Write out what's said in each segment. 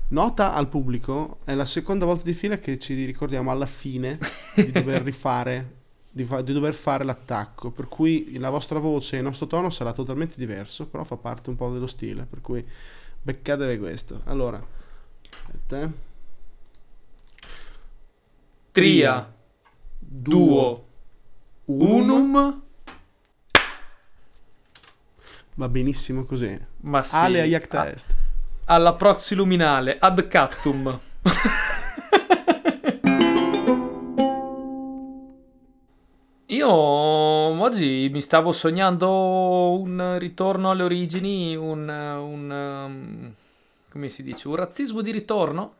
Nota al pubblico, è la seconda volta di fila che ci ricordiamo alla fine di dover rifare, di dover fare l'attacco, per cui la vostra voce e il nostro tono sarà totalmente diverso, però fa parte un po' dello stile, per cui beccatevi questo. Allora, aspetta. Tria, duo, unum. Va benissimo così. Ma sì. Ale a Iacta Est. Alla proxiluminale, ad cazzum. Io oggi mi stavo sognando un ritorno alle origini, come si dice, un razzismo di ritorno.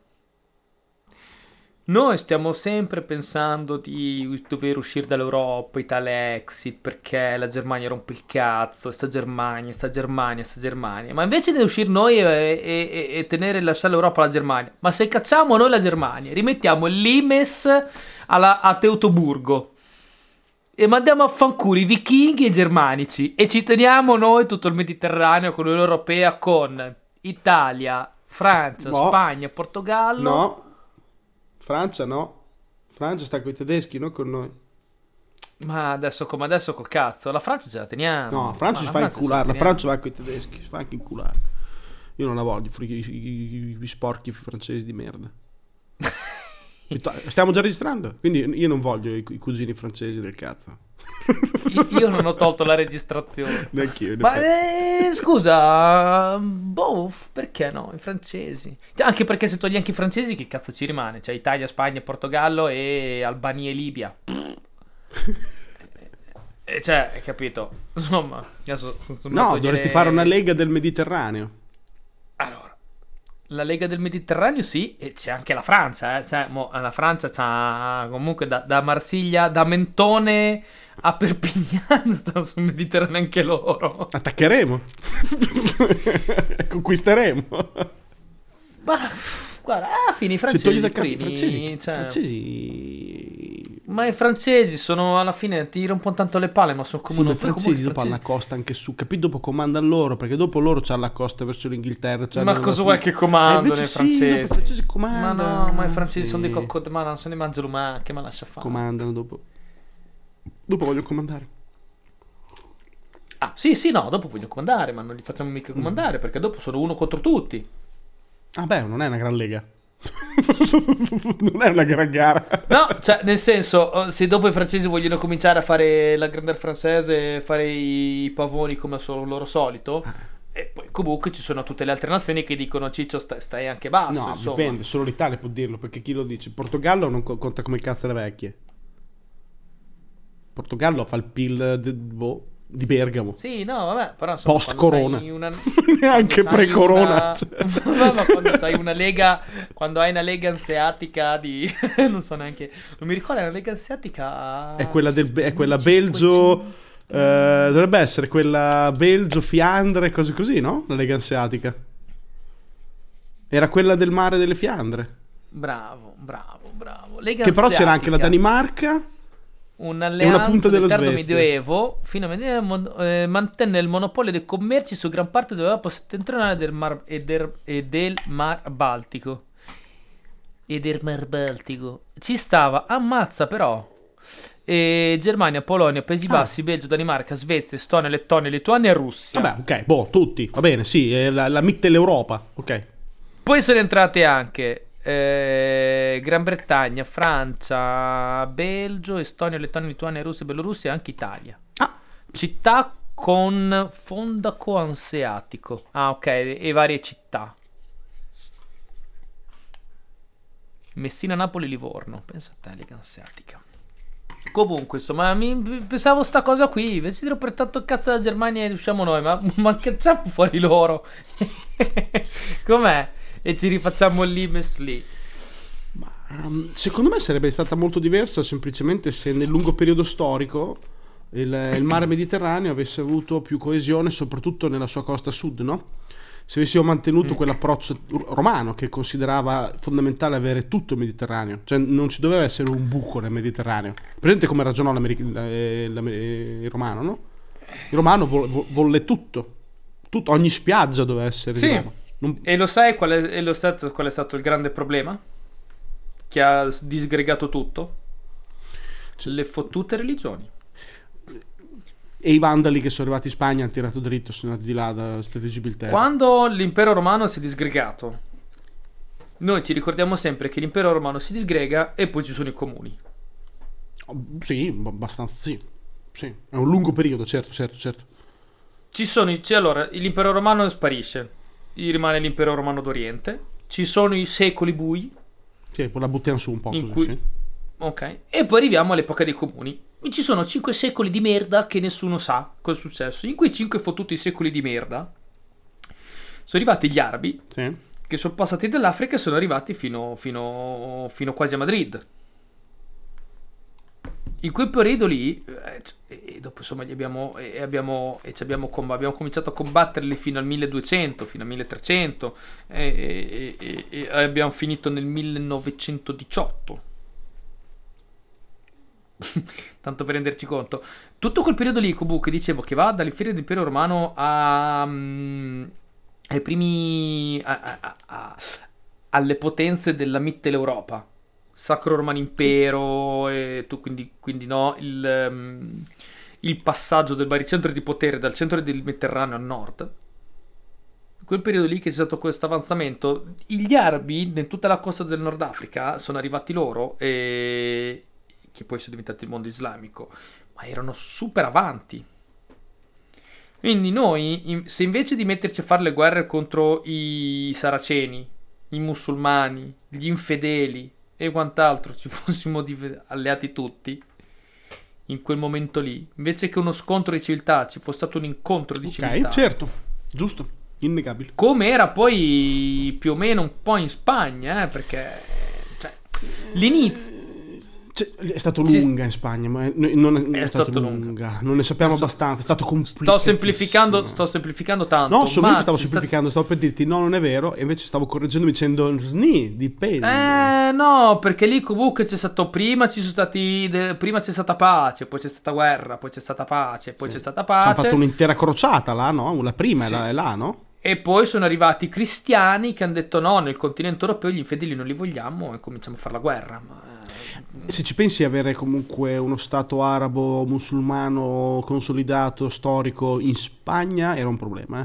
Noi stiamo sempre pensando di dover uscire dall'Europa, Italia-exit, perché la Germania rompe il cazzo, sta Germania. Ma invece di uscire noi e tenere lasciare l'Europa alla Germania, ma se cacciamo noi la Germania, rimettiamo l'Imes a Teutoburgo e mandiamo a fanculo i vichinghi e i germanici e ci teniamo noi tutto il Mediterraneo con l'Unione Europea, con Italia, Francia, No. Spagna, Portogallo. No. Francia no. Francia sta con i tedeschi, non con noi. Ma adesso come adesso col cazzo, la Francia ce la teniamo. No, Francia Ma si fa Francia inculare. La ce la Francia va con i tedeschi, si fa anche inculare. Io non la voglio, i sporchi francesi di merda. Stiamo già registrando, quindi io non voglio i cugini francesi del cazzo. Io non ho tolto la registrazione. Neanch'io. Ma scusa, perché no? I francesi. Anche perché se togli anche i francesi, che cazzo ci rimane? Cioè Italia, Spagna, Portogallo e Albania e Libia. Cioè, hai capito? Insomma, adesso No, dovresti fare una lega del Mediterraneo. Allora, la Lega del Mediterraneo sì, e c'è anche la Francia, Cioè, la Francia c'ha comunque da Marsiglia, da Mentone a Perpignan, stanno sul Mediterraneo anche loro. Attaccheremo. Conquisteremo. Ma guarda, alla fine i Se togli francesi da capo i primi, francesi, cioè, francesi. ma i francesi sono alla fine ti rompono tanto le palle, ma sono come Sì, ma uno i francesi dopo hanno la costa anche su, capito? Dopo comandano loro, perché dopo loro c'hanno la costa verso l'Inghilterra. Ma cosa vuoi che comandano i francesi? I francesi comandano. Ma no, ma i francesi sono dei coccodrilli, ma non se ne mangiano mai, che me lascia fare. Comandano dopo. Dopo voglio comandare. Ah, sì, no, dopo voglio comandare, ma non li facciamo mica comandare, perché dopo sono uno contro tutti. Ah beh, non è una gran lega. Non è una gran gara. No, cioè, nel senso, se dopo i francesi vogliono cominciare a fare la grandeur francese, fare i pavoni come sono loro solito, e poi comunque ci sono tutte le altre nazioni che dicono Ciccio stai anche basso, No, insomma. dipende, solo l'Italia può dirlo, perché chi lo dice? Il Portogallo non conta come cazzo le vecchie. Portogallo fa il PIL di Bergamo. Sì, no, vabbè, però insomma, Post-corona. quando Neanche c'hai pre-corona. Ma quando c'hai una lega, quando hai una lega anseatica di non so neanche, non mi ricordo, la lega anseatica È quella è quella Belgio. Dovrebbe essere quella Belgio, Fiandre, cose così, no? La Lega Anseatica. Era quella del mare delle Fiandre. Bravo. Lega Che però c'era anseatica. anche la Danimarca. Un'alleanza una punta del della tardo Svezia. medioevo fino a mantenne il monopolio dei commerci su gran parte dell'Europa settentrionale del mar e del Mar Baltico. Ci stava, ammazza però. Germania, Polonia, Paesi Bassi, Belgio, Danimarca, Svezia, Estonia, Lettonia, Lituania e Russia. Vabbè, ok, tutti. Va bene, sì, è la Mitteleuropa. Ok. Poi sono entrate anche Gran Bretagna, Francia, Belgio, Estonia, Lettonia, Lituania, Russia, Bielorussia e anche Italia. Città con fondaco anseatico. Ah, ok, e varie città. Messina, Napoli, Livorno. Pensa a te, Lega Anseatica. Comunque, insomma, pensavo sta cosa qui. Invece di per tanto cazzo della Germania e usciamo noi, ma cacciamo fuori loro. Com'è? E ci rifacciamo l'Imes lì. Secondo me sarebbe stata molto diversa semplicemente se nel lungo periodo storico il mare Mediterraneo avesse avuto più coesione, soprattutto nella sua costa sud, no? Se avessimo mantenuto quell'approccio romano che considerava fondamentale avere tutto il Mediterraneo, cioè non ci doveva essere un buco nel Mediterraneo. Presente come ragionò il romano, no? Il romano volle tutto, ogni spiaggia doveva essere di Roma. E lo sai qual è stato il grande problema? Che ha disgregato tutto? Le fottute religioni. E i vandali che sono arrivati in Spagna hanno tirato dritto, sono andati di là da Stato di Gibilterra. Quando l'impero romano si è disgregato, noi ci ricordiamo sempre che l'impero romano si disgrega e poi ci sono i comuni. Sì, abbastanza sì. Sì, è un lungo periodo, certo. Allora, l'impero romano sparisce, rimane l'impero romano d'Oriente, ci sono i secoli bui. Sì, poi la buttiamo su un po' così, sì. Ok, e poi arriviamo all'epoca dei comuni. Ci sono 5 secoli di merda che nessuno sa cosa è successo. In quei 5 fottuti secoli di merda sono arrivati gli arabi, Sì. che sono passati dall'Africa e sono arrivati fino quasi a Madrid. In quel periodo lì, e dopo insomma abbiamo cominciato a combatterli fino al 1200, fino al 1300 e abbiamo finito nel 1918. Tanto per renderci conto, tutto quel periodo lì, Kubu, che dicevo che va dall'inferno dell'impero romano ai primi alle potenze della Mitteleuropa, Sacro Romano Impero, e tu quindi no, il passaggio del baricentro di potere dal centro del Mediterraneo a nord. In quel periodo lì che c'è stato questo avanzamento, gli arabi in tutta la costa del Nord Africa sono arrivati loro, e che poi sono diventati il mondo islamico, ma erano super avanti. Quindi noi, se invece di metterci a fare le guerre contro i saraceni, i musulmani, gli infedeli e quant'altro, ci fossimo alleati tutti, in quel momento lì, invece che uno scontro di civiltà, ci fosse stato un incontro di civiltà. Ok, certo, giusto, innegabile. Come era poi più o meno un po' in Spagna, perché cioè, l'inizio... È stato lunga in Spagna, ma non è stato lunga. Non ne sappiamo abbastanza. È stato sto semplificando tanto. No, sono io che stavo semplificando. Stavo per dirti no, non è vero. E invece stavo correggendo dicendo dipende. No, perché lì comunque c'è stato prima c'è stata pace, poi c'è stata guerra, poi c'è stata pace, poi c'è stata pace. Ci hanno fatto un'intera crociata là, no? La prima è là, no? E poi sono arrivati i cristiani che hanno detto no, nel continente europeo gli infedeli non li vogliamo e cominciamo a fare la guerra. Se ci pensi, avere comunque uno stato arabo musulmano consolidato, storico in Spagna era un problema,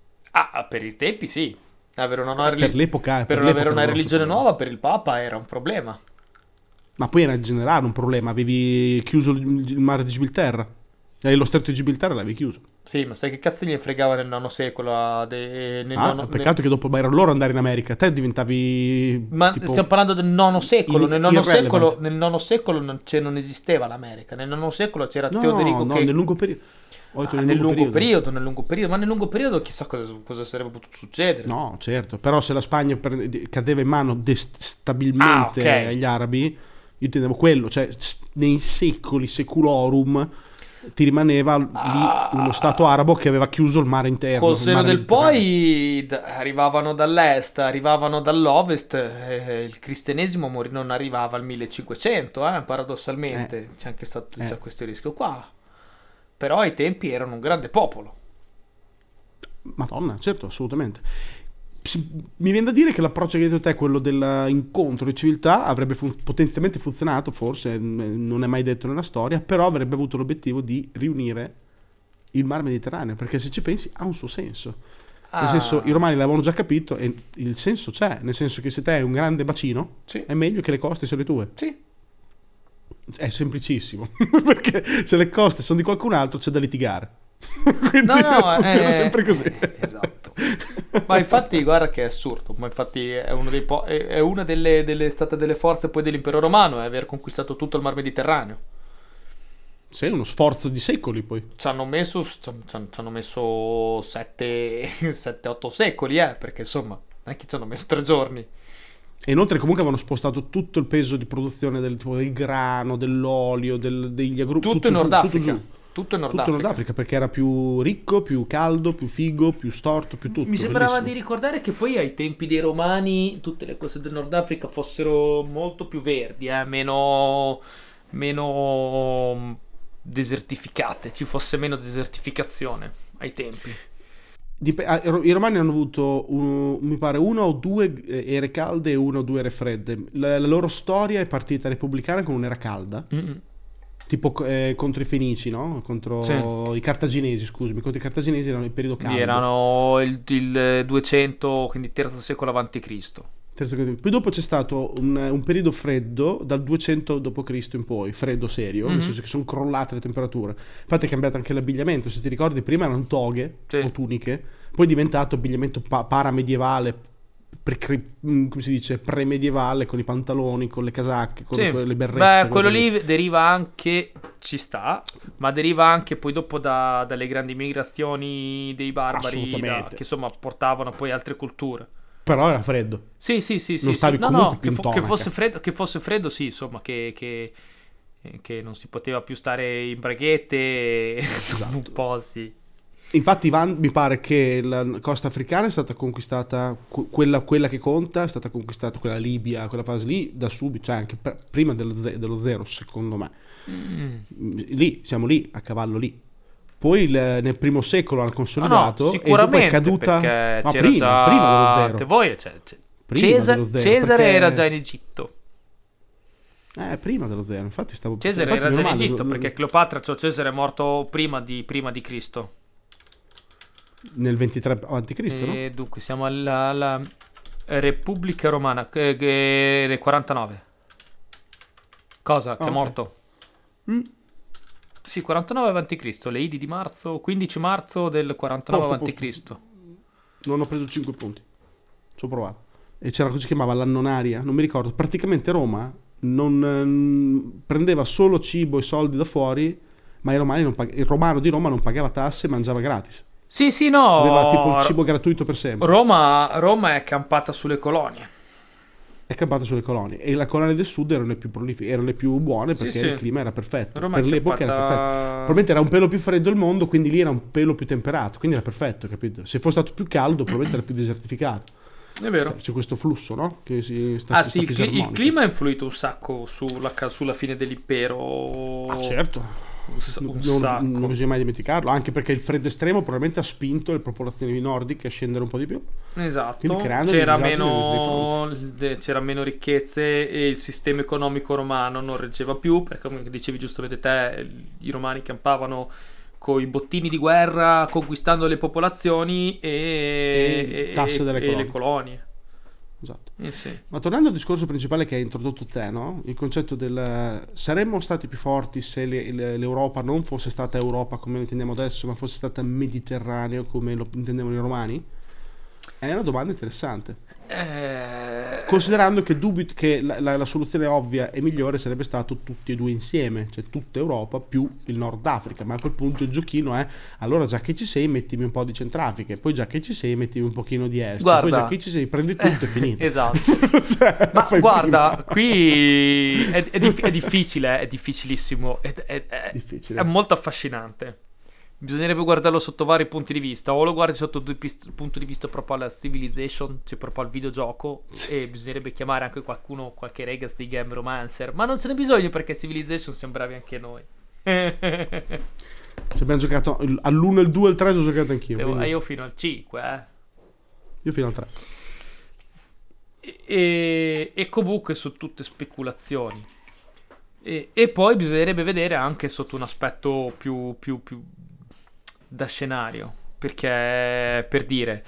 per i tempi sì. Avere una per l'epoca, per avere una religione nuova per il Papa era un problema. Ma poi era in generale un problema, avevi chiuso il mare di Gibilterra. Lo stretto di Gibilterra l'avevi chiuso. Sì, ma sai che cazzo gli fregava nel IX secolo? Peccato che dopo erano loro andare in America. Te diventavi. Ma stiamo parlando del IX secolo. Nel IX secolo non esisteva l'America. Nel IX secolo c'era Teodorico che. Nel lungo periodo. Nel lungo periodo. Ma nel lungo periodo chissà cosa sarebbe potuto succedere. No, certo. Però se la Spagna cadeva in mano stabilmente agli arabi, io intendevo quello. Cioè, nei secoli, seculorum, ti rimaneva lì uno stato arabo che aveva chiuso il mare interno. Col seno del poi arrivavano dall'est, arrivavano dall'ovest, il cristianesimo non arrivava al 1500, paradossalmente c'è anche stato questo rischio qua, però ai tempi erano un grande popolo. Madonna, certo, assolutamente. Mi viene da dire che l'approccio che hai detto te, quello dell'incontro di civiltà, avrebbe potenzialmente funzionato, forse non è mai detto nella storia, però avrebbe avuto l'obiettivo di riunire il mar Mediterraneo, perché se ci pensi ha un suo senso. Nel senso, i romani l'avevano già capito e il senso c'è, nel senso che se te hai un grande bacino, è meglio che le coste siano le tue. Sì. È semplicissimo, perché se le coste sono di qualcun altro c'è da litigare. Quindi funziona sempre così. Esatto. Ma infatti guarda che è assurdo, ma infatti è una delle state delle forze poi dell'impero romano è aver conquistato tutto il mar Mediterraneo. Sì, uno sforzo di secoli poi. Ci hanno messo 7-8 secoli, perché insomma non è che ci hanno messo 3 giorni. E inoltre comunque avevano spostato tutto il peso di produzione del grano, dell'olio, degli agrumi. Tutto in Nord Africa. Tutto in Nord Africa perché era più ricco, più caldo, più figo, più storto, più tutto. Mi sembrava di ricordare che poi ai tempi dei Romani tutte le cose del Nord Africa fossero molto più verdi, meno desertificate, ci fosse meno desertificazione ai tempi. I romani hanno avuto, mi pare, una o due ere calde e una o due ere fredde. La loro storia è partita repubblicana con un'era calda, Mm-mm. tipo contro i Fenici, no? Contro Sì. i Cartaginesi, scusami. Contro i Cartaginesi erano il periodo Lì caldo. erano il 200, quindi terzo secolo avanti Cristo. Poi dopo c'è stato un periodo freddo dal 200 d.C. in poi, freddo serio, nel senso che sono crollate le temperature. Infatti è cambiato anche l'abbigliamento, se ti ricordi prima erano toghe Sì. o tuniche, poi è diventato abbigliamento paramedievale, come si dice, premedievale, con i pantaloni, con le casacche, con Sì. le berrette. Beh, quello lì deriva anche, ci sta, ma deriva anche poi dopo dalle grandi migrazioni dei barbari, Assolutamente. che insomma portavano poi altre culture. Però era freddo. Sì. Non stavi No, comunque no, più in che tonaca. fosse freddo, sì, insomma, che non si poteva più stare in braghette, un po' sì. Infatti mi pare che la costa africana è stata conquistata, quella che conta, è stata conquistata quella Libia, quella fase lì, da subito, cioè anche prima dello zero, secondo me. Lì, siamo lì, a cavallo lì. Poi nel primo secolo hanno consolidato e dopo sicuramente, è caduta... perché No, c'era prima dello già zero. anche voi, Prima dello zero, Cesare perché- era già in Egitto. Prima dello zero, infatti stavo... Cesare infatti era già in meno male, Egitto, perché Cleopatra, cioè Cesare è morto prima di Cristo. nel 23 avanti Cristo, no? E dunque siamo alla Repubblica Romana, nel 49. Cosa? Che è Ok. morto? Mm. Sì, 49 avanti Cristo, le Idi di marzo, 15 marzo del 49 Posto, avanti posto. Cristo. Non ho preso 5 punti. Ci ho provato. E c'era cosa si chiamava l'annonaria, non mi ricordo. Praticamente Roma non prendeva solo cibo e soldi da fuori, ma il romano di Roma non pagava tasse e mangiava gratis. Sì, no. Aveva tipo il cibo gratuito per sempre. Roma è campata sulle colonie. È campata sulle colonie. E le colonie del sud erano le più prolifiche, erano le più buone Sì, perché sì. il clima era perfetto. Roma Per è l'epoca era campata- perfetto. Probabilmente era un pelo più freddo il mondo, quindi lì era un pelo più temperato. Quindi era perfetto, capito? Se fosse stato più caldo, probabilmente era più desertificato. È vero. Cioè, c'è questo flusso, no? Che si sta Ah sta sì, il fisarmonica. clima ha influito un sacco sulla fine dell'impero. Ah, certo. Un Non sacco. bisogna mai dimenticarlo, anche perché il freddo estremo probabilmente ha spinto le popolazioni nordiche a scendere un po' di più. Esatto, Quindi creando dei c'era meno ricchezze e il sistema economico romano non reggeva più, perché come dicevi giustamente te, i romani campavano con i bottini di guerra, conquistando le popolazioni E tasse delle e colonie. le colonie. Esatto. Sì. Ma tornando al discorso principale che hai introdotto te, no? Il concetto del saremmo stati più forti se l'Europa non fosse stata Europa come lo intendiamo adesso, ma fosse stata Mediterraneo come lo intendevano i romani? È una domanda interessante. Considerando che dubito che la soluzione ovvia e migliore sarebbe stato tutti e due insieme, cioè tutta Europa più il Nord Africa, ma a quel punto il giochino è allora già che ci sei mettimi un po' di Centrafrica, e poi già che ci sei mettimi un pochino di Est, Guarda, poi già che ci sei prendi tutto e finito. Esatto. Cioè, Ma fai guarda, qui è difficile, è difficilissimo, difficile. è molto affascinante. Bisognerebbe guardarlo sotto vari punti di vista, o lo guardi sotto punti di vista proprio alla Civilization, cioè proprio al videogioco, e bisognerebbe chiamare anche qualche ragazzo di Game Romancer, ma non ce n'è bisogno perché Civilization siamo bravi anche noi. Ci abbiamo giocato all'1, il 2 e il 3 ho giocato anch'io. quindi Io fino al 5, io fino al 3. E comunque sono tutte speculazioni. E poi bisognerebbe vedere anche sotto un aspetto più da scenario, perché per dire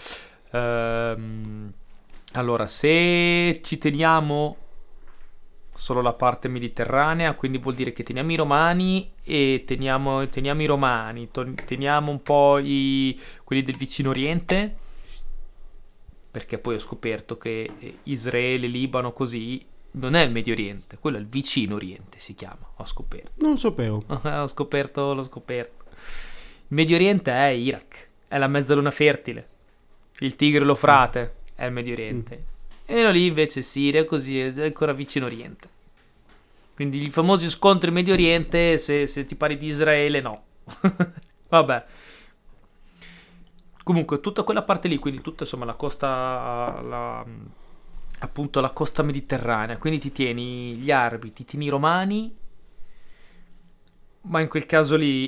allora, se ci teniamo solo la parte mediterranea, quindi vuol dire che teniamo i romani e teniamo i romani, teniamo un po' quelli del vicino oriente, perché poi ho scoperto che Israele, Libano, così non è il Medio Oriente, quello è il vicino Oriente, si chiama, ho scoperto. Non sapevo. L'ho scoperto. Il Medio Oriente è Iraq, è la mezzaluna fertile, il Tigre e l'Eufrate è il Medio Oriente, e lì invece Siria, così è ancora vicino Oriente. Quindi i famosi scontri in Medio Oriente, se ti parli di Israele, no. Vabbè. Comunque tutta quella parte lì, quindi tutta insomma la costa, appunto la costa mediterranea, quindi ti tieni gli arabi, ti tieni i romani, ma in quel caso lì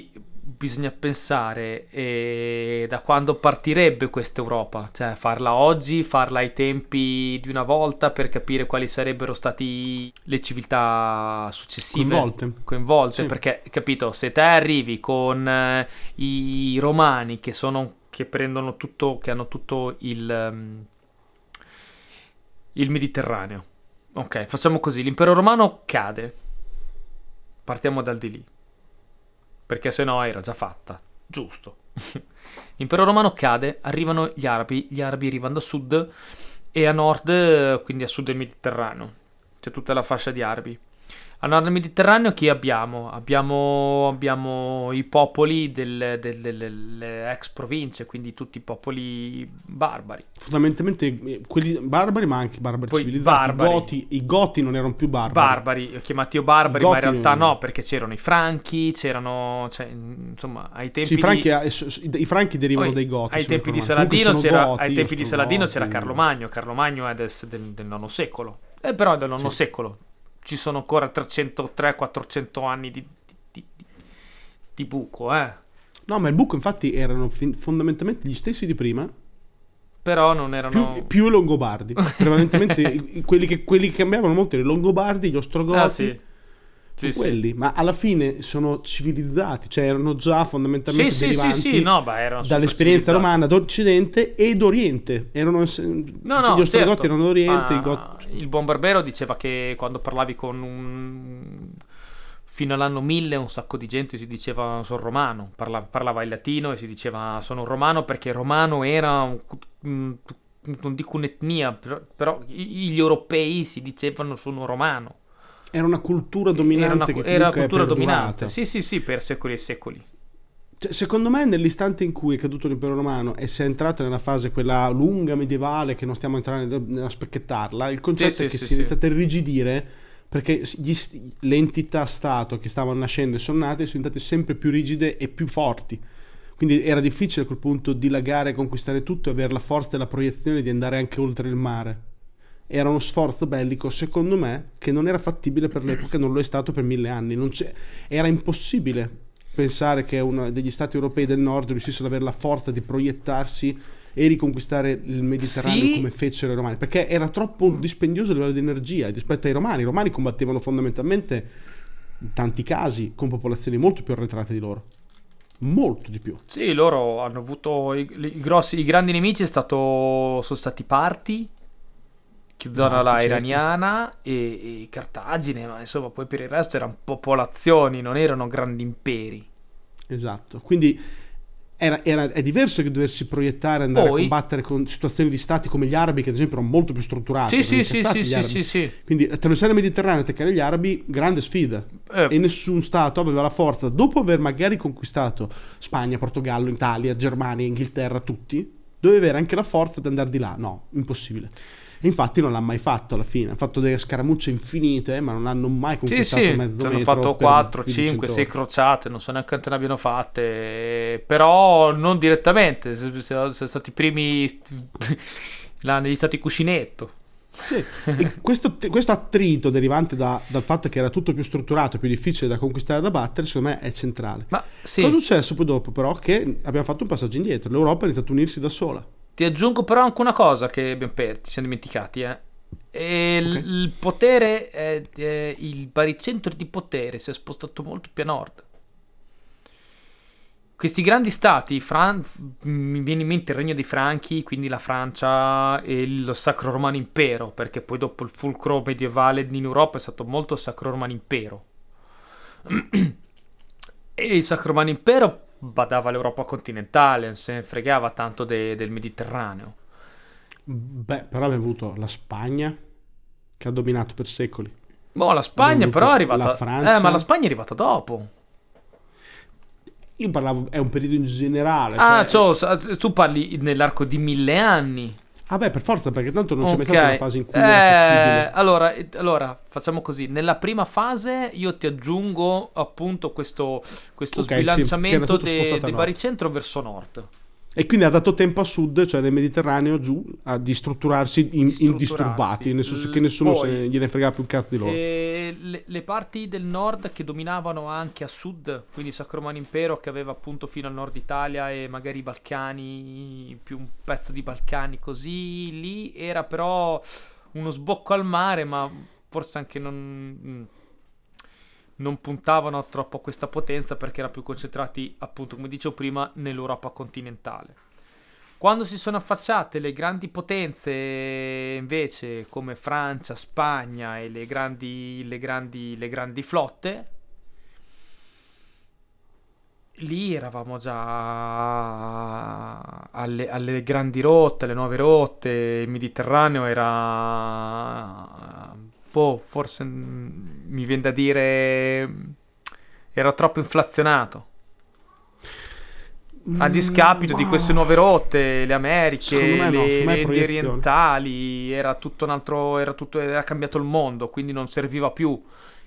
bisogna pensare da quando partirebbe questa Europa, cioè farla oggi, farla ai tempi di una volta per capire quali sarebbero stati le civiltà successive coinvolte, sì. Perché, capito, se te arrivi con i romani che prendono tutto, che hanno tutto il Mediterraneo, ok, facciamo così, l'impero romano cade, partiamo dal di lì, perché se no era già fatta, giusto. L'impero romano cade, arrivano gli arabi arrivano a sud e a nord, quindi a sud del Mediterraneo, c'è tutta la fascia di arabi. A nord del Mediterraneo chi abbiamo? Abbiamo i popoli delle ex province, quindi tutti i popoli barbari. Fondamentalmente quelli barbari, ma anche barbari civilizzati. I Goti non erano più barbari. Ho chiamati io barbari, ma in realtà no, perché c'erano i Franchi, cioè, insomma, ai tempi i Franchi derivano dai Goti. Ai tempi di Saladino c'era Carlo Magno. Carlo Magno è del IX secolo. Però è del IX secolo. Ci sono ancora 300-400 anni di buco, No, ma il buco infatti erano fondamentalmente gli stessi di prima. Però non erano... Più i Longobardi. Prevalentemente quelli che cambiavano molto, i Longobardi, gli Ostrogoti. Sì, quelli, ma alla fine sono civilizzati, cioè erano già fondamentalmente derivanti dall'esperienza romana d'Occidente e d'Oriente. Gli Ostrogoti erano d'Oriente. Il buon Barbero diceva che quando parlavi fino all'anno 1000 un sacco di gente si diceva sono romano, parlava il latino e si diceva sono un romano, perché romano era non dico un'etnia, però gli europei si dicevano sono romano. Era una cultura dominante. Era una cultura dominante. Sì, per secoli e secoli. Cioè, secondo me, nell'istante in cui è caduto l'impero romano e si è entrato nella fase quella lunga medievale, che non stiamo entrando a spacchettarla, il concetto è che si è iniziato a irrigidire, perché le entità Stato che stavano nascendo e sono nate sono diventate sempre più rigide e più forti. Quindi era difficile a quel punto dilagare, conquistare tutto e avere la forza e la proiezione di andare anche oltre il mare. Era uno sforzo bellico, secondo me, che non era fattibile per l'epoca, non lo è stato per 1000 anni. Era impossibile pensare che uno degli stati europei del nord riuscissero ad avere la forza di proiettarsi e riconquistare il Mediterraneo come fecero i romani, perché era troppo dispendioso a livello di energia rispetto ai romani. I romani combattevano fondamentalmente, in tanti casi, con popolazioni molto più arretrate di loro. Molto di più. Sì, loro hanno avuto i grandi nemici sono stati Parti, zona là iraniana e Cartagine, ma insomma poi per il resto erano popolazioni, non erano grandi imperi. Esatto, quindi è diverso che doversi proiettare e andare a combattere con situazioni di stati come gli arabi, che ad esempio erano molto più strutturati. Sì. Quindi attraversare il Mediterraneo e attaccare gli arabi, grande sfida. E nessun stato aveva la forza, dopo aver magari conquistato Spagna, Portogallo, Italia, Germania, Inghilterra, tutti, doveva avere anche la forza di andare di là. No, impossibile. Infatti non l'ha mai fatto alla fine. Ha fatto delle scaramucce infinite, ma non hanno mai conquistato mezzo metro. Hanno fatto 4, 5, 6 crociate, non so neanche quante ne abbiano fatte, però non direttamente, sono stati i primi negli stati cuscinetto. Sì. questo attrito derivante dal fatto che era tutto più strutturato, più difficile da conquistare e da battere, secondo me è centrale. Cosa è successo poi dopo però? Che abbiamo fatto un passaggio indietro, l'Europa ha iniziato a unirsi da sola. Ti aggiungo però anche una cosa che ci siamo dimenticati. Il potere, il baricentro di potere si è spostato molto più a nord. Questi grandi stati, mi viene in mente il regno dei Franchi, quindi la Francia e il Sacro Romano Impero, perché poi dopo il fulcro medievale in Europa è stato molto il Sacro Romano Impero. E il Sacro Romano Impero badava l'Europa continentale, non se ne fregava tanto del Mediterraneo. Però abbiamo avuto la Spagna, che ha dominato per secoli. La Spagna però è arrivata... La Francia. Ma la Spagna è arrivata dopo. Io parlavo, è un periodo in generale. Tu parli nell'arco di 1000 anni. Per forza, perché tanto non c'è mai stata una fase in cui era fattibile. Allora, facciamo così. Nella prima fase io ti aggiungo appunto questo sbilanciamento del baricentro verso nord. E quindi ha dato tempo a sud, cioè nel Mediterraneo giù, di strutturarsi indisturbati, nel senso che nessuno gliene fregava più un cazzo di loro. Le parti del nord che dominavano anche a sud, quindi Sacro Romano Impero che aveva appunto fino al nord Italia e magari i Balcani, più un pezzo di Balcani così, lì era però uno sbocco al mare, ma forse anche non puntavano troppo a questa potenza perché erano più concentrati, appunto, come dicevo prima, nell'Europa continentale. Quando si sono affacciate le grandi potenze, invece, come Francia, Spagna e le grandi flotte, lì eravamo già alle grandi rotte, alle nuove rotte. Il Mediterraneo era forse mi viene da dire era troppo inflazionato a discapito di queste nuove rotte, le Americhe, le Indie orientali, era cambiato il mondo, quindi non serviva più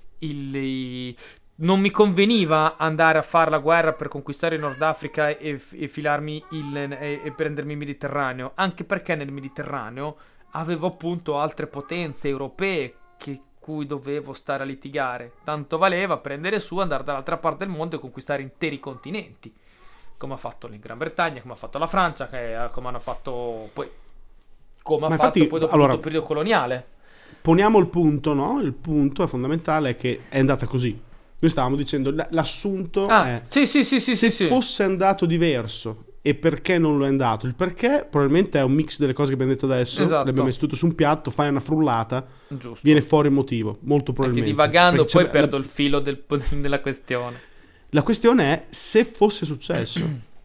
non mi conveniva andare a fare la guerra per conquistare il Nord Africa e filarmi e prendermi il Mediterraneo, anche perché nel Mediterraneo avevo appunto altre potenze europee cui dovevo stare a litigare. Tanto valeva prendere su, andare dall'altra parte del mondo e conquistare interi continenti, come ha fatto la Gran Bretagna, come ha fatto la Francia, come hanno fatto poi, dopo tutto il periodo coloniale. Poniamo il punto, no? Il punto è fondamentale, che è andata così. Noi stavamo dicendo, l'assunto è se fosse andato diverso. E perché non lo è andato? Il perché probabilmente è un mix delle cose che abbiamo detto adesso. Esatto. Le abbiamo messo tutto su un piatto, fai una frullata, giusto, viene fuori il motivo, molto probabilmente. Anche divagando perché poi perdo il filo della questione. La questione è se fosse successo.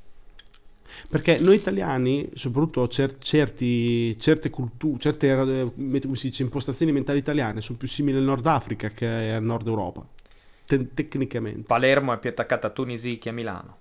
Perché noi italiani, soprattutto certe culture, certe come si dice, impostazioni mentali italiane sono più simili al Nord Africa che al Nord Europa, tecnicamente. Palermo è più attaccata a Tunisi che a Milano.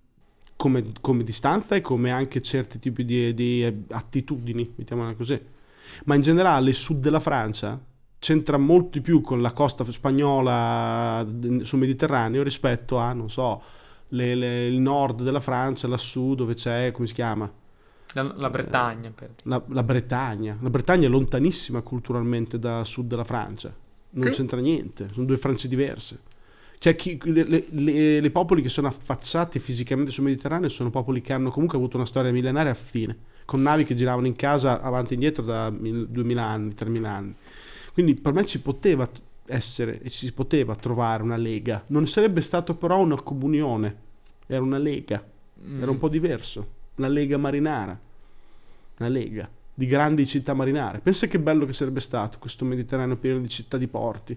Come distanza e come anche certi tipi di attitudini, mettiamola così. Ma in generale il sud della Francia c'entra molto di più con la costa spagnola sul Mediterraneo rispetto a, non so, il nord della Francia, lassù dove c'è, come si chiama? La Bretagna. La Bretagna. La Bretagna è lontanissima culturalmente da sud della Francia. Non c'entra niente, sono due Francia diverse. Cioè le popoli che sono affacciati fisicamente sul Mediterraneo sono popoli che hanno comunque avuto una storia millenaria a fine, con navi che giravano in casa avanti e indietro da 2000 anni, 3000 anni. Quindi per me ci poteva essere e ci si poteva trovare una lega. Non sarebbe stato però una comunione, era una lega, era un po' diverso, una lega marinara, una lega di grandi città marinare. Pensa che bello che sarebbe stato questo Mediterraneo pieno di città, di porti.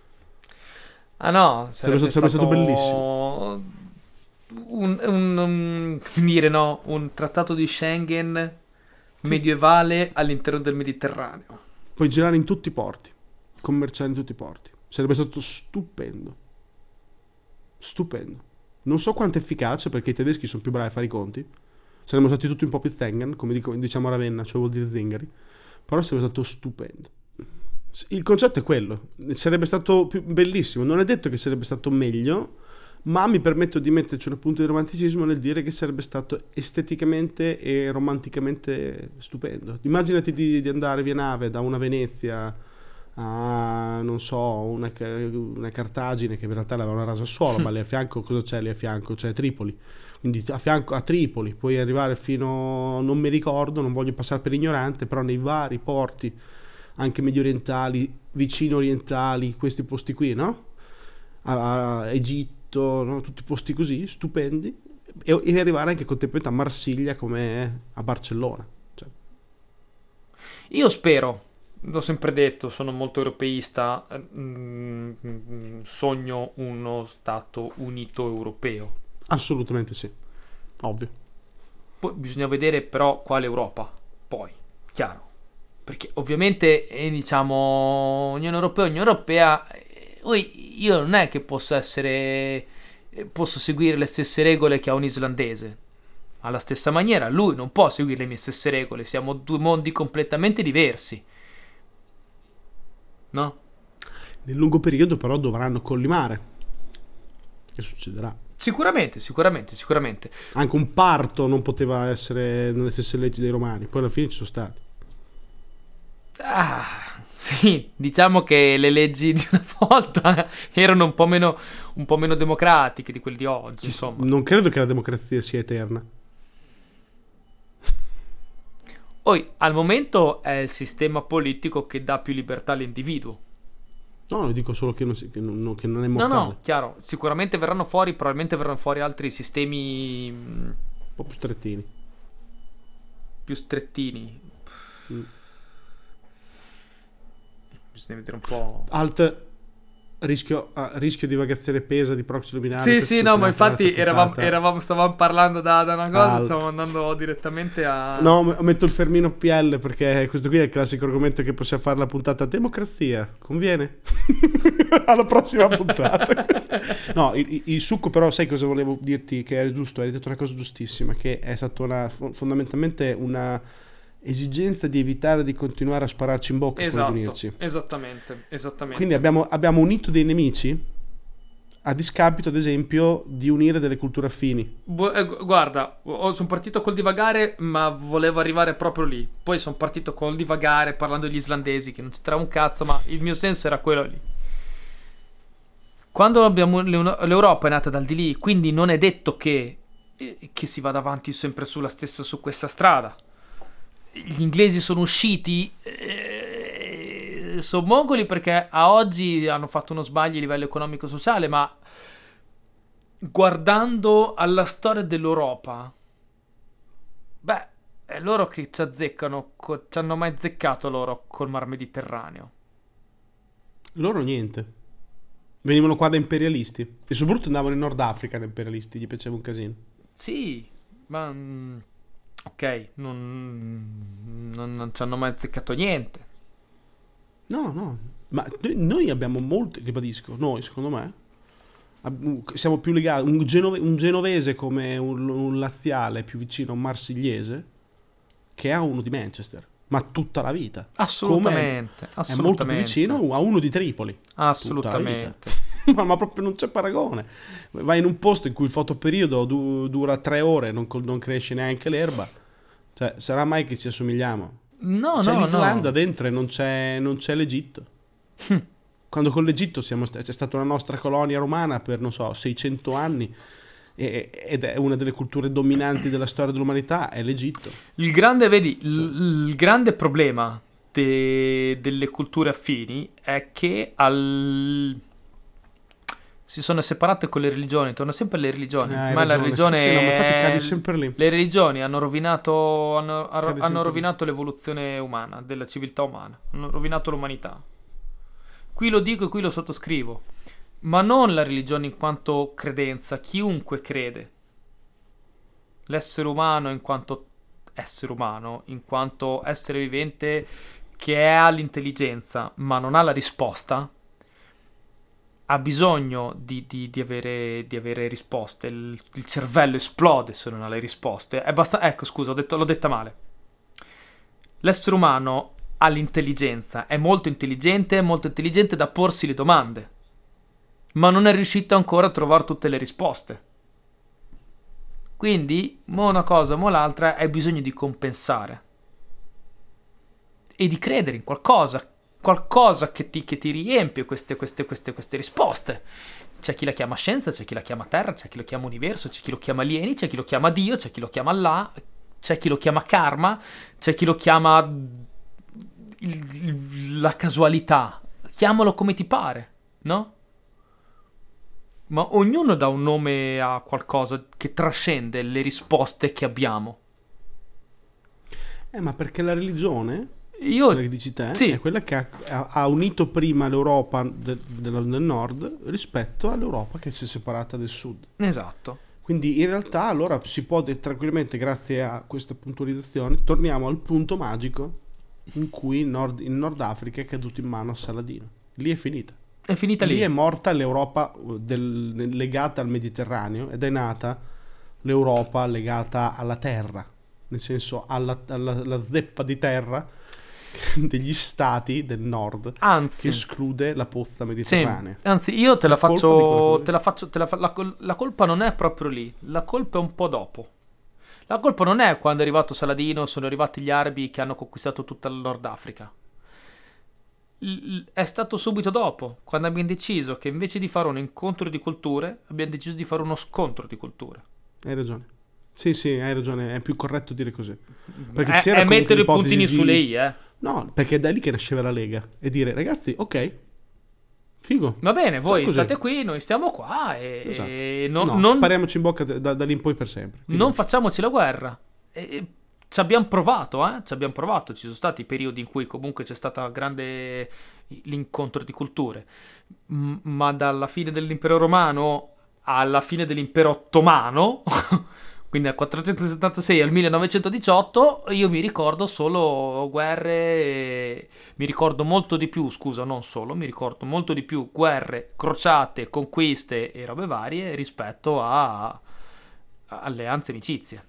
Ah no, sarebbe stato bellissimo. Un trattato di Schengen medievale all'interno del Mediterraneo. Puoi girare in tutti i porti, commerciare in tutti i porti. Sarebbe stato stupendo. Stupendo. Non so quanto efficace, perché i tedeschi sono più bravi a fare i conti. Saremmo stati tutti un po' più zengen, come diciamo a Ravenna, cioè vuol dire zingari. Però sarebbe stato stupendo. Il concetto è quello, sarebbe stato bellissimo, non è detto che sarebbe stato meglio, ma mi permetto di metterci un punto di romanticismo nel dire che sarebbe stato esteticamente e romanticamente stupendo. Immaginati di andare via nave da una Venezia a, non so, una Cartagine, che in realtà aveva rasa al suolo, ma lì a fianco cosa c'è? Lì a fianco c'è Tripoli. Quindi a Tripoli puoi arrivare fino, non mi ricordo, non voglio passare per ignorante, però nei vari porti anche medio orientali, vicino orientali, questi posti qui, no? A Egitto, no? Tutti posti così, stupendi, e arrivare anche contemporaneamente a Marsiglia come a Barcellona. Cioè. Io spero, l'ho sempre detto, sono molto europeista, sogno uno Stato unito europeo. Assolutamente sì, ovvio. Poi bisogna vedere però quale Europa, poi, chiaro. Perché ovviamente diciamo Unione Europea, io non è che posso seguire le stesse regole che ha un islandese. Alla stessa maniera lui non può seguire le mie stesse regole, siamo due mondi completamente diversi. No? Nel lungo periodo però dovranno collimare. Che succederà? Sicuramente, sicuramente, sicuramente. Anche un parto non poteva essere nelle stesse leggi dei romani, poi alla fine ci sono stati. Sì, diciamo che le leggi di una volta erano un po' meno democratiche di quelle di oggi, insomma. Non credo che la democrazia sia eterna. Poi, al momento è il sistema politico che dà più libertà all'individuo. No, dico solo che che non è No, mortale. no, chiaro, sicuramente probabilmente verranno fuori altri sistemi Un po' più strettini. più strettini. Mm. Bisogna vedere un po'. Alt rischio divagazione pesa di proxy luminare. Sì, no, ma infatti stavamo parlando da una cosa, Alt. stavamo andando direttamente a. No, metto il fermino PL perché questo qui è il classico argomento che possiamo fare la puntata democrazia. Conviene? Alla prossima puntata. No, il succo però, sai cosa volevo dirti? Che è giusto, hai detto una cosa giustissima, che è stata fondamentalmente una esigenza di evitare di continuare a spararci in bocca con unirci. Esattamente. Quindi abbiamo unito dei nemici a discapito, ad esempio, di unire delle culture affini. Guarda, sono partito col divagare, ma volevo arrivare proprio lì. Poi sono partito col divagare parlando degli islandesi, che non c'entrava un cazzo, ma il mio senso era quello lì. Quando l'Europa è nata dal di lì, quindi non è detto che si vada avanti sempre su questa strada. Gli inglesi sono usciti, sono mongoli perché a oggi hanno fatto uno sbaglio a livello economico-sociale, ma guardando alla storia dell'Europa, beh, è loro che ci azzeccano, ci hanno mai azzeccato loro col Mar Mediterraneo. Loro niente. Venivano qua da imperialisti e soprattutto andavano in Nord Africa da imperialisti, gli piaceva un casino. Sì, ma ok, non ci hanno mai azzeccato niente. No, ma noi abbiamo molti, ribadisco, noi secondo me siamo più legati, un genovese come un laziale più vicino a un marsigliese che a uno di Manchester, ma tutta la vita. Assolutamente. È molto più vicino a uno di Tripoli. Assolutamente. Ma proprio non c'è paragone. Vai in un posto in cui il fotoperiodo dura 3 ore, non cresce neanche l'erba. Cioè, sarà mai che ci assomigliamo? C'è l'Islanda dentro e non c'è l'Egitto. Quando con l'Egitto c'è stata una nostra colonia romana per, non so, 600 anni ed è una delle culture dominanti della storia dell'umanità, è l'Egitto. Il grande problema delle culture affini è che si sono separate con le religioni, torna sempre alle religioni. Ma la religione sì, no, ma infatti cadi sempre lì. Le religioni hanno rovinato l'evoluzione umana, della civiltà umana, hanno rovinato l'umanità. Qui lo dico e qui lo sottoscrivo, ma non la religione in quanto credenza, chiunque crede. L'essere umano in quanto essere vivente che ha l'intelligenza, ma non ha la risposta, ha bisogno di avere risposte. Il cervello esplode se non ha le risposte. Ecco, scusa, l'ho detta male. L'essere umano ha l'intelligenza, è molto intelligente da porsi le domande, ma non è riuscito ancora a trovare tutte le risposte. Quindi, mo una cosa, mo l'altra, hai bisogno di compensare e di credere in qualcosa che ti riempie queste risposte. C'è chi la chiama scienza, c'è chi la chiama terra, c'è chi lo chiama universo, c'è chi lo chiama alieni, c'è chi lo chiama Dio, c'è chi lo chiama Allah, c'è chi lo chiama karma, c'è chi lo chiama la casualità. Chiamalo come ti pare, no? Ma ognuno dà un nome a qualcosa che trascende le risposte che abbiamo. Ma perché la religione, quella che dici te, sì, è quella che ha unito prima l'Europa del nord rispetto all'Europa che si è separata del sud. Esatto. Quindi in realtà allora si può tranquillamente, grazie a questa puntualizzazione, torniamo al punto magico in cui il Nord Africa è caduto in mano a Saladino. Lì è finita. È finita lì. Lì è morta l'Europa legata al Mediterraneo ed è nata l'Europa legata alla terra, nel senso alla zeppa di terra degli stati del nord che Anzi, esclude la pozza sì, mediterranea. anzi, io te la La colpa di quella cosa faccio, lì. te la faccio, la colpa non è proprio lì, la colpa è un po' dopo. La colpa non è quando è arrivato Saladino, sono arrivati gli arabi che hanno conquistato tutta il Nord Africa. È stato subito dopo, quando abbiamo deciso che invece di fare un incontro di culture, abbiamo deciso di fare uno scontro di culture. Hai ragione. Sì, sì, hai ragione, è più corretto dire così. Perché c'era È comunque mettere i l'ipotesi puntini di... sulle i, eh. No, perché è da lì che nasceva la Lega. E dire, ragazzi, ok, figo. Va bene, Sta voi così. state qui, noi stiamo qua Esatto. e No, spariamoci in bocca da lì in poi per sempre. non facciamoci la guerra. E ci abbiamo provato, eh? Ci abbiamo provato. Ci sono stati periodi in cui comunque c'è stata grande l'incontro di culture. Ma dalla fine dell'impero romano alla fine dell'impero ottomano, quindi dal 476 al 1918, io mi ricordo solo guerre. Mi ricordo molto di più, scusa, non solo, mi ricordo molto di più guerre, crociate, conquiste e robe varie rispetto a alleanze e amicizie.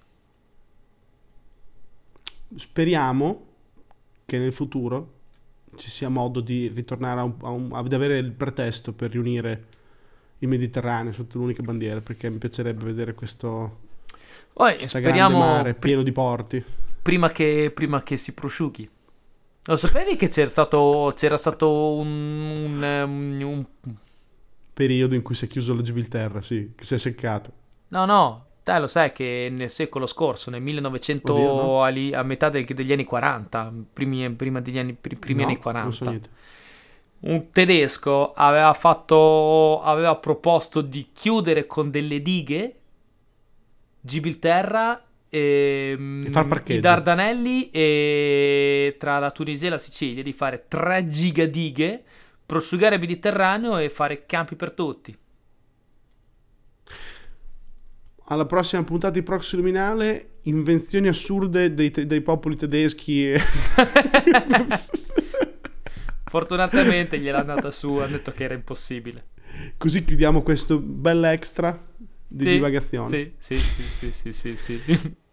Speriamo che nel futuro ci sia modo di ritornare ad avere il pretesto per riunire il Mediterraneo sotto l'unica bandiera, perché mi piacerebbe vedere questo Poi grande speriamo mare pieno di porti. prima che si prosciughi. Lo sapevi che c'era stato un Periodo in cui si è chiuso la Gibilterra, sì, che si è seccato. no, te lo sai che nel secolo scorso, nel 1900, Oddio, no? a metà degli anni 40, prima degli anni, primi No, anni non so 40, niente. un tedesco aveva proposto di chiudere con delle dighe Gibilterra, E far i parcheggio. Dardanelli e tra la Tunisia e la Sicilia, di fare 3 gigadighe, prosciugare il Mediterraneo e fare campi per tutti. Alla prossima puntata di Prox Luminale, invenzioni assurde dei popoli tedeschi. Fortunatamente gliel'ha andata su, ha detto che era impossibile. Così chiudiamo questo bel extra di Sì, divagazione. sì.